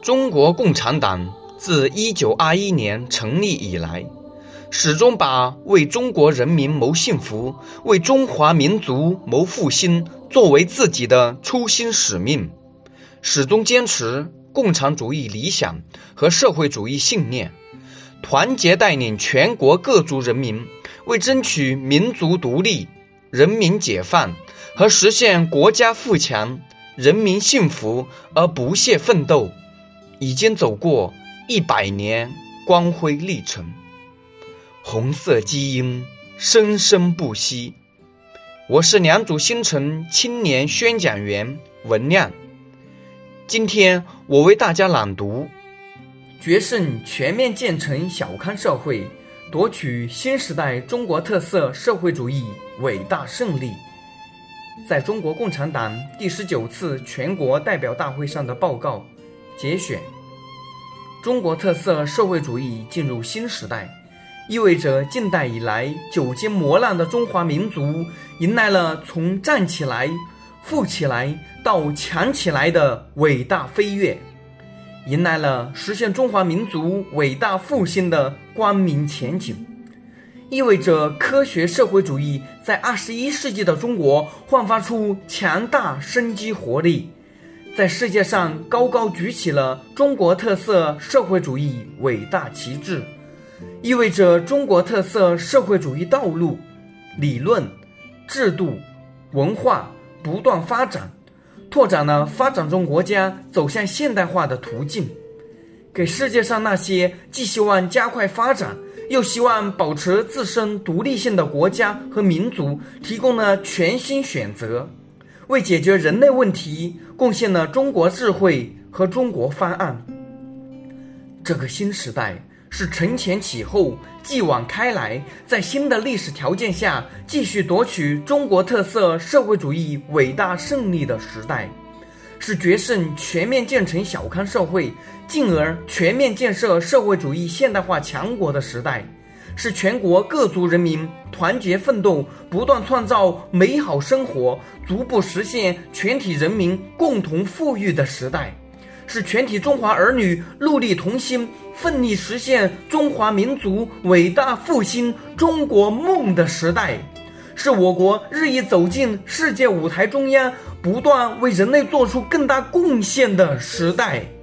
中国共产党自1921年成立以来，始终把为中国人民谋幸福、为中华民族谋复兴作为自己的初心使命，始终坚持共产主义理想和社会主义信念，团结带领全国各族人民为争取民族独立、人民解放和实现国家富强、人民幸福而不懈奋斗，已经走过100年光辉历程，红色基因生生不息。我是良渚新城青年宣讲员文亮，今天我为大家朗读：决胜全面建成小康社会，夺取新时代中国特色社会主义伟大胜利。在中国共产党第19次全国代表大会上的报告节选。中国特色社会主义进入新时代，意味着近代以来久经磨难的中华民族迎来了从站起来、富起来到强起来的伟大飞跃，迎来了实现中华民族伟大复兴的光明前景，意味着科学社会主义在21世纪的中国焕发出强大生机活力，在世界上高高举起了中国特色社会主义伟大旗帜，意味着中国特色社会主义道路、理论、制度、文化不断发展，拓展了发展中国家走向现代化的途径，给世界上那些既希望加快发展又希望保持自身独立性的国家和民族提供了全新选择，为解决人类问题贡献了中国智慧和中国方案。这个新时代是承前启后、继往开来，在新的历史条件下继续夺取中国特色社会主义伟大胜利的时代，是决胜全面建成小康社会，进而全面建设社会主义现代化强国的时代，是全国各族人民团结奋斗、不断创造美好生活、逐步实现全体人民共同富裕的时代，是全体中华儿女戮力同心、奋力实现中华民族伟大复兴中国梦的时代，是我国日益走进世界舞台中央、不断为人类做出更大贡献的时代。